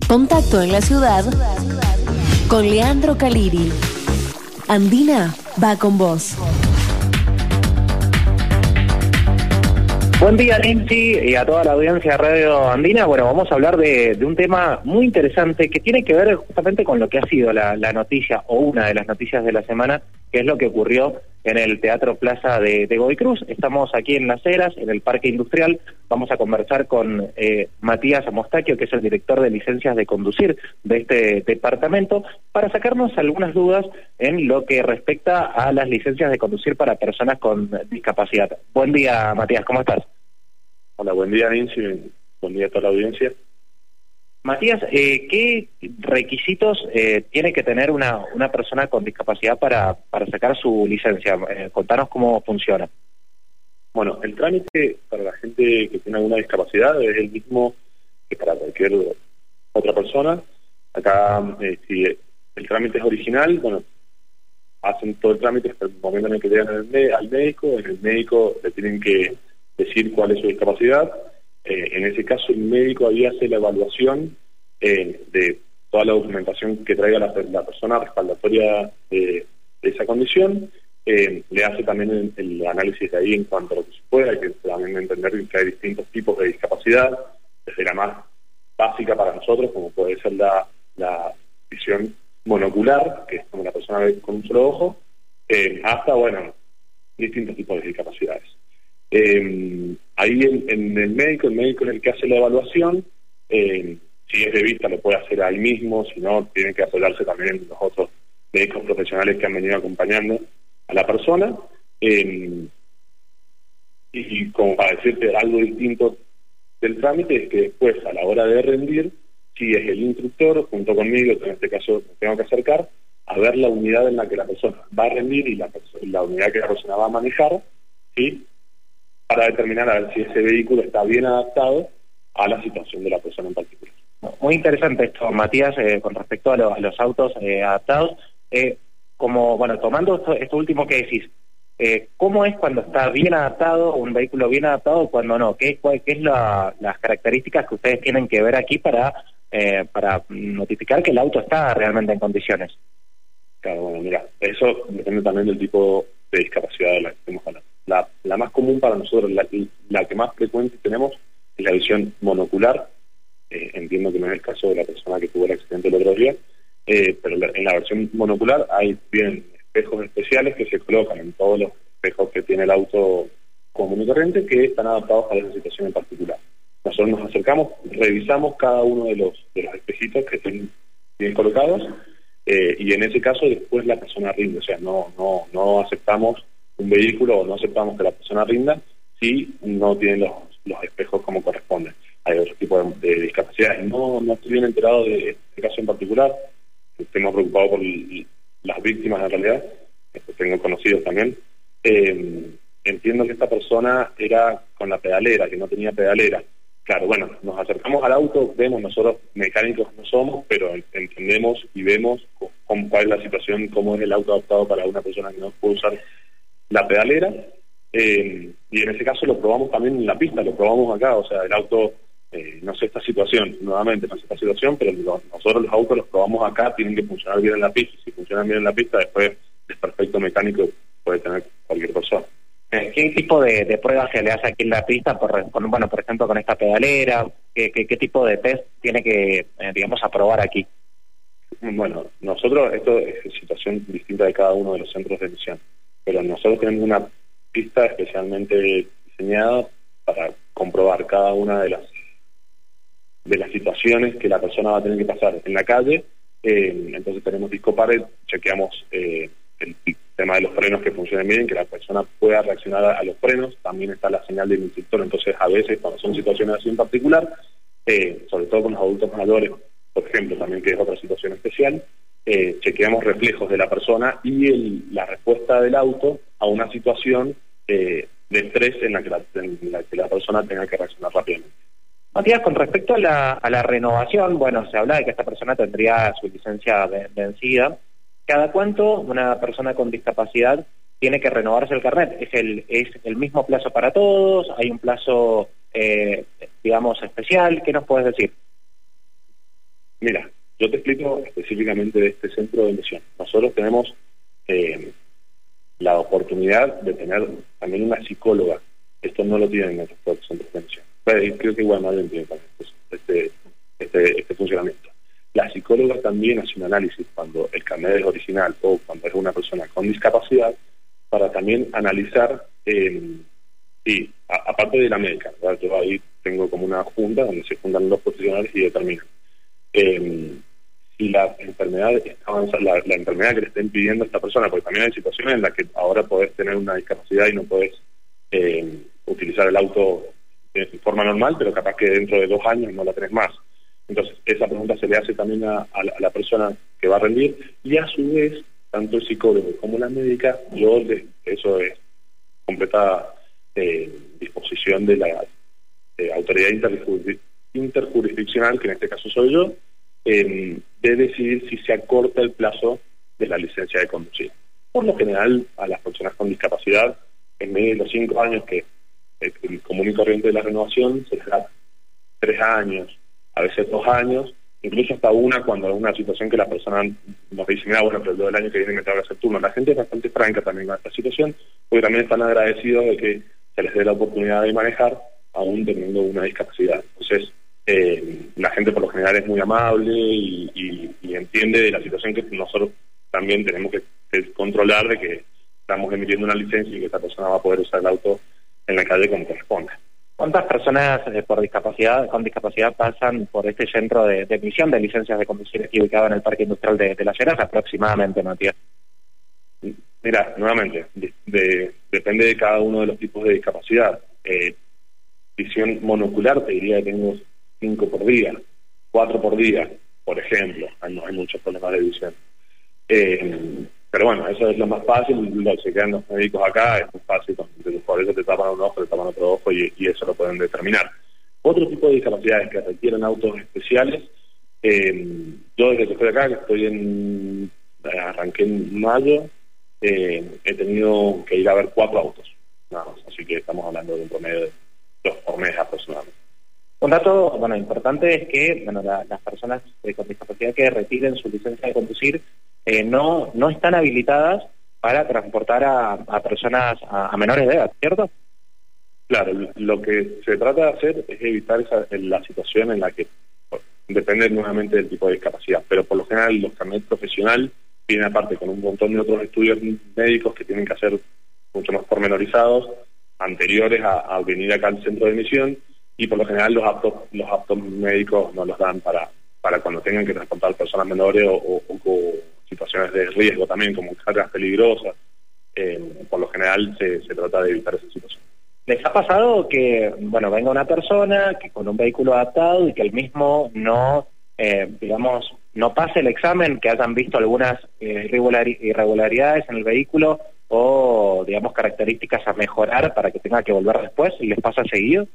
Contacto en la ciudad con Leandro Caliri. Andina va con vos. Buen día, Nancy, y a toda la audiencia de Radio Andina. Bueno, vamos a hablar de un tema muy interesante que tiene que ver justamente con lo que ha sido la noticia, o una de las noticias de la semana, que es lo que ocurrió en el Teatro Plaza de Godoy Cruz. Estamos aquí en Las Heras, en el Parque Industrial. Vamos a conversar con Matías Mostacchio, que es el director de licencias de conducir de este departamento, para sacarnos algunas dudas en lo que respecta a las licencias de conducir para personas con discapacidad. Buen día, Matías, ¿cómo estás? Hola, buen día, Nancy. Buen día a toda la audiencia. Matías, ¿qué requisitos tiene que tener una persona con discapacidad para sacar su licencia? Contanos cómo funciona. Bueno, el trámite para la gente que tiene alguna discapacidad es el mismo que para cualquier otra persona. Acá, si el trámite es original, bueno, hacen todo el trámite hasta el momento en el que llegan al médico. En el médico le tienen que decir cuál es su discapacidad. En ese caso, el médico ahí hace la evaluación de toda la documentación que traiga la persona respaldatoria de esa condición. Le hace también el análisis de ahí en cuanto a lo que se puede. Hay que también entender que hay distintos tipos de discapacidad, desde la más básica para nosotros, como puede ser la visión monocular, que es como la persona ve con un solo ojo, hasta, bueno, distintos tipos de discapacidades. Ahí en el médico es el que hace la evaluación. Si es de vista lo puede hacer ahí mismo, si no tiene que apoyarse también en los otros médicos profesionales que han venido acompañando a la persona. Y como para decirte algo distinto del trámite, es que después, a la hora de rendir, si es el instructor junto conmigo, que en este caso me tengo que acercar a ver la unidad en la que la persona va a rendir y la unidad que la persona va a manejar, ¿sí?, para determinar a ver si ese vehículo está bien adaptado a la situación de la persona en particular. Muy interesante esto, Matías, con respecto a los autos adaptados. Como, bueno, tomando esto último que decís, ¿cómo es cuando está bien adaptado, un vehículo bien adaptado, o cuando no? ¿Qué es las características que ustedes tienen que ver aquí para notificar que el auto está realmente en condiciones? Claro, bueno, mira, eso depende también del tipo de discapacidad de la que estemos hablando. La más común para nosotros, la que más frecuente tenemos, es la visión monocular. Entiendo que no es el caso de la persona que tuvo el accidente el otro día, pero en la versión monocular hay bien espejos especiales que se colocan en todos los espejos que tiene el auto común y corriente, que están adaptados a esa situación en particular. Nosotros nos acercamos, revisamos cada uno de los espejitos que estén bien colocados, y en ese caso después la persona rinde. O sea, no aceptamos un vehículo, o no aceptamos que la persona rinda si no tiene los espejos como corresponden. Hay otro tipo de discapacidades. No estoy bien enterado de este caso en particular. Estoy más preocupado por las víctimas en realidad. Tengo conocidos también. Entiendo que esta persona era con la pedalera, que no tenía pedalera. Claro, bueno, nos acercamos al auto, vemos, nosotros mecánicos no somos, pero entendemos y vemos cuál es la situación, cómo es el auto adaptado para una persona que no puede usar la pedalera, y en ese caso lo probamos también en la pista, lo probamos acá. O sea, el auto, no sé esta situación, nuevamente no sé esta situación, pero nosotros los autos los probamos acá, tienen que funcionar bien en la pista. Si funcionan bien en la pista, después el perfecto mecánico puede tener cualquier persona. ¿Qué tipo de pruebas se le hace aquí en la pista, por ejemplo, con esta pedalera? ¿Qué tipo de test tiene que, digamos, aprobar aquí? Bueno, nosotros, esto es situación distinta de cada uno de los centros de emisión, pero nosotros tenemos una pista especialmente diseñada para comprobar cada una de las situaciones que la persona va a tener que pasar en la calle. Entonces tenemos disco pared, chequeamos el tema de los frenos que funcionen bien, que la persona pueda reaccionar a los frenos. También está la señal del instructor. Entonces, a veces, cuando son situaciones así en particular, sobre todo con los adultos mayores, por ejemplo, también, que es otra situación especial, chequeamos reflejos de la persona y la respuesta del auto a una situación de estrés en la que la persona tenga que reaccionar rápidamente. Matías, con respecto a la renovación, bueno, se habla de que esta persona tendría su licencia vencida. ¿Cada cuánto una persona con discapacidad tiene que renovarse el carnet? ¿Es el mismo plazo para todos? ¿Hay un plazo, digamos, especial? ¿Qué nos puedes decir? yo te explico específicamente de este centro de emisión. Nosotros tenemos la oportunidad de tener también una psicóloga. Esto no lo tienen en otros centros de emisión. Pero creo que igual nadie entiende también este funcionamiento. La psicóloga también hace un análisis cuando el carnet es original o cuando es una persona con discapacidad, para también analizar, aparte de la médica, ¿verdad? Yo ahí tengo como una junta donde se juntan los profesionales y determinan si la enfermedad está avanzada, la enfermedad que le está impidiendo a esta persona, porque también hay situaciones en las que ahora podés tener una discapacidad y no podés utilizar el auto de forma normal, pero capaz que dentro de 2 años no la tenés más. Entonces, esa pregunta se le hace también a la persona que va a rendir, y a su vez, tanto el psicólogo como la médica, eso es completa disposición de la autoridad interjurisdiccional, que en este caso soy yo, de decidir si se acorta el plazo de la licencia de conducir. Por lo general, a las personas con discapacidad, en medio de los 5 años que el común y corriente de la renovación, se les da 3 años, a veces 2 años, incluso hasta cuando alguna situación que la persona nos dice, mira, bueno, pero yo el año que viene me tengo que hacer turno. La gente es bastante franca también con esta situación, porque también están agradecidos de que se les dé la oportunidad de manejar, aún teniendo una discapacidad. Entonces, la gente por lo general es muy amable y entiende de la situación que nosotros también tenemos que controlar, de que estamos emitiendo una licencia y que esta persona va a poder usar el auto en la calle como corresponde. ¿Cuántas personas con discapacidad pasan por este centro de emisión de licencias de conducir aquí ubicado en el Parque Industrial de Las Heras aproximadamente, Matías? Mira, nuevamente, depende de cada uno de los tipos de discapacidad. Visión monocular, te diría que tengo 5 por día, 4 por día, por ejemplo. No hay muchos problemas de visión. Pero bueno, eso es lo más fácil, se quedan los médicos acá, es muy fácil, por eso te tapan un ojo, te tapan otro ojo y eso lo pueden determinar. Otro tipo de discapacidades que requieren autos especiales, yo desde que estoy acá, que arranqué en mayo, he tenido que ir a ver 4 autos, nada más, así que estamos hablando de un promedio de 2 por mes aproximadamente. Un dato importante es que las personas con discapacidad que retiren su licencia de conducir no están habilitadas para transportar a personas a menores de edad, ¿cierto? Claro, lo que se trata de hacer es evitar la situación en la que depende nuevamente del tipo de discapacidad, pero por lo general los carnets profesional vienen aparte con un montón de otros estudios médicos que tienen que ser mucho más pormenorizados, anteriores a venir acá al centro de emisión, y por lo general los aptos médicos no los dan para cuando tengan que transportar personas menores o situaciones de riesgo también, como cargas peligrosas. Por lo general se trata de evitar esa situación. ¿Les ha pasado que, venga una persona que con un vehículo adaptado y que el mismo no pase el examen, que hayan visto algunas irregularidades en el vehículo o, características a mejorar para que tenga que volver después? ¿Y les pasa seguido?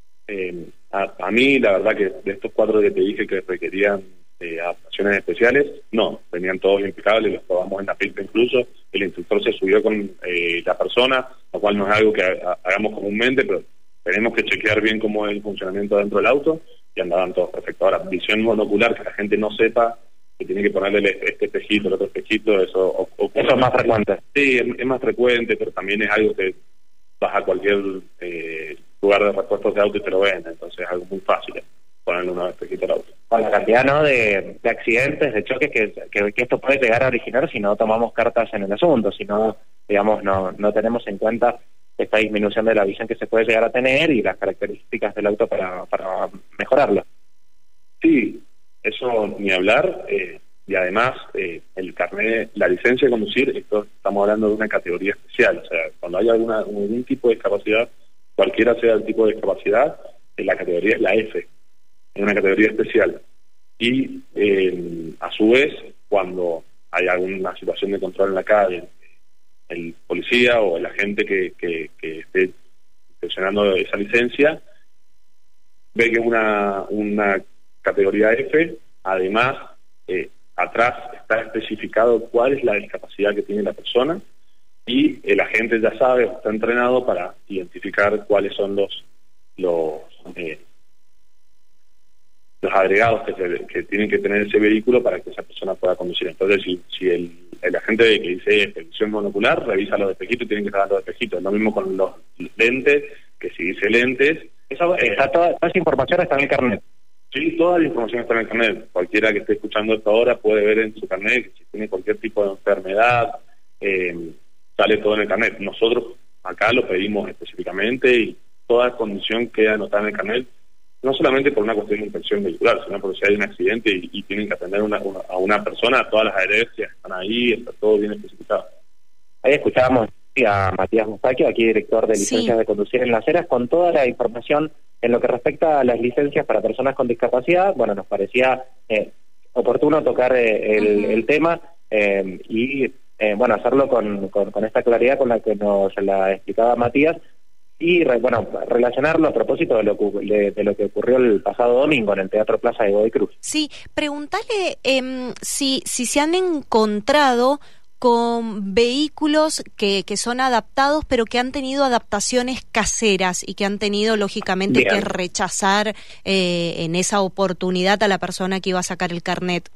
A mí, la verdad que de estos 4 que te dije que requerían adaptaciones especiales, no, venían todos impecables, los probamos en la pista incluso, el instructor se subió con la persona, lo cual no es algo que hagamos comúnmente, pero tenemos que chequear bien cómo es el funcionamiento dentro del auto, y andaban todos perfectos. Ahora, visión monocular, que la gente no sepa que tiene que ponerle este espejito, el otro espejito, eso es más frecuente. Sí, es más frecuente, pero también es algo que vas a cualquier lugar de repuestos de auto y te lo venden, entonces es algo muy fácil ponerle unos espejitos al auto. Con la cantidad de accidentes, de choques que esto puede llegar a originar si no tomamos cartas en el asunto, si no, no tenemos en cuenta esta disminución de la visión que se puede llegar a tener y las características del auto para mejorarlo. Sí, eso ni hablar, y además el carnet, la licencia de conducir, estamos hablando de una categoría especial, o sea, cuando hay algún tipo de discapacidad, cualquiera sea el tipo de discapacidad, la categoría es la F, es una categoría especial. Y a su vez, cuando hay alguna situación de control en la calle, el policía o el agente que esté gestionando esa licencia ve que es una categoría F, además atrás está especificado cuál es la discapacidad que tiene la persona, y el agente ya sabe o está entrenado para identificar cuáles son los agregados que tienen que tener ese vehículo para que esa persona pueda conducir. Entonces, si el agente que dice expedición monocular, revisa los espejitos y tienen que estar los espejitos. Lo mismo con los lentes, que si dice lentes... Toda esa información está en el carnet. Sí, toda la información está en el carnet. Cualquiera que esté escuchando esto ahora puede ver en su carnet que si tiene cualquier tipo de enfermedad, sale todo en el carnet. Nosotros acá lo pedimos específicamente y toda condición queda anotada en el carnet, no solamente por una cuestión de inspección vehicular, sino porque si hay un accidente y tienen que atender a una persona, todas las adherencias están ahí, está todo bien especificado. Ahí escuchábamos a Matías Musacchio, aquí director de licencias de conducir en Las Heras, con toda la información en lo que respecta a las licencias para personas con discapacidad. Bueno, nos parecía oportuno tocar el tema y bueno, hacerlo con esta claridad con la que nos la explicaba Matías. Y relacionarlo a propósito de lo que ocurrió el pasado domingo en el Teatro Plaza de Godoy Cruz. Sí, preguntale si se han encontrado con vehículos que son adaptados, pero que han tenido adaptaciones caseras y que han tenido, lógicamente, que rechazar en esa oportunidad a la persona que iba a sacar el carnet.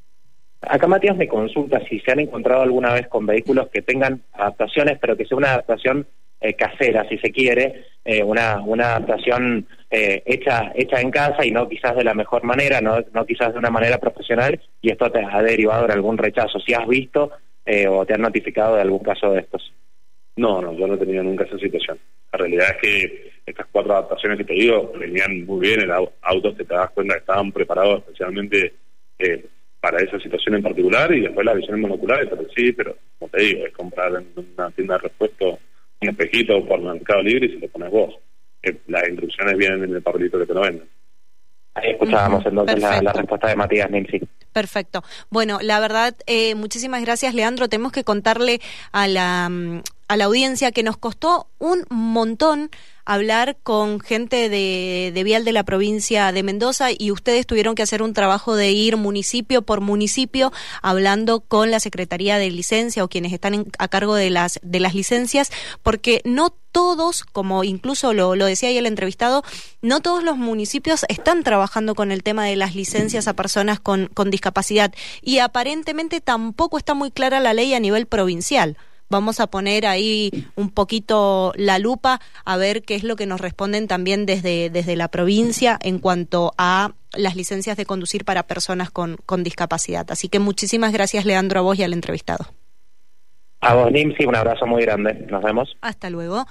Acá Matías me consulta si se han encontrado alguna vez con vehículos que tengan adaptaciones, pero que sea una adaptación casera, si se quiere, una adaptación hecha en casa y no quizás de la mejor manera, no quizás de una manera profesional, y esto te ha derivado en algún rechazo. ¿Si has visto o te han notificado de algún caso de estos? No, yo no he tenido nunca esa situación. La realidad es que estas 4 adaptaciones que te digo venían muy bien, en autos que te das cuenta que estaban preparados especialmente para esa situación en particular, y después las visiones monoculares, pero como te digo, es comprar en una tienda de repuesto un espejito por Mercado Libre y se lo pones vos. Las instrucciones vienen en el papelito que te lo venden. Ahí escuchábamos entonces la respuesta de Matías Nilsi. Perfecto. Bueno, la verdad, muchísimas gracias, Leandro. Tenemos que contarle a la audiencia que nos costó un montón hablar con gente de Vial de la provincia de Mendoza, y ustedes tuvieron que hacer un trabajo de ir municipio por municipio hablando con la Secretaría de Licencia o quienes están a cargo de las licencias, porque no todos, como incluso lo decía ahí el entrevistado, no todos los municipios están trabajando con el tema de las licencias a personas con discapacidad, y aparentemente tampoco está muy clara la ley a nivel provincial. Vamos a poner ahí un poquito la lupa a ver qué es lo que nos responden también desde la provincia en cuanto a las licencias de conducir para personas con discapacidad. Así que muchísimas gracias, Leandro, a vos y al entrevistado. A vos, Nimsi, un abrazo muy grande. Nos vemos. Hasta luego.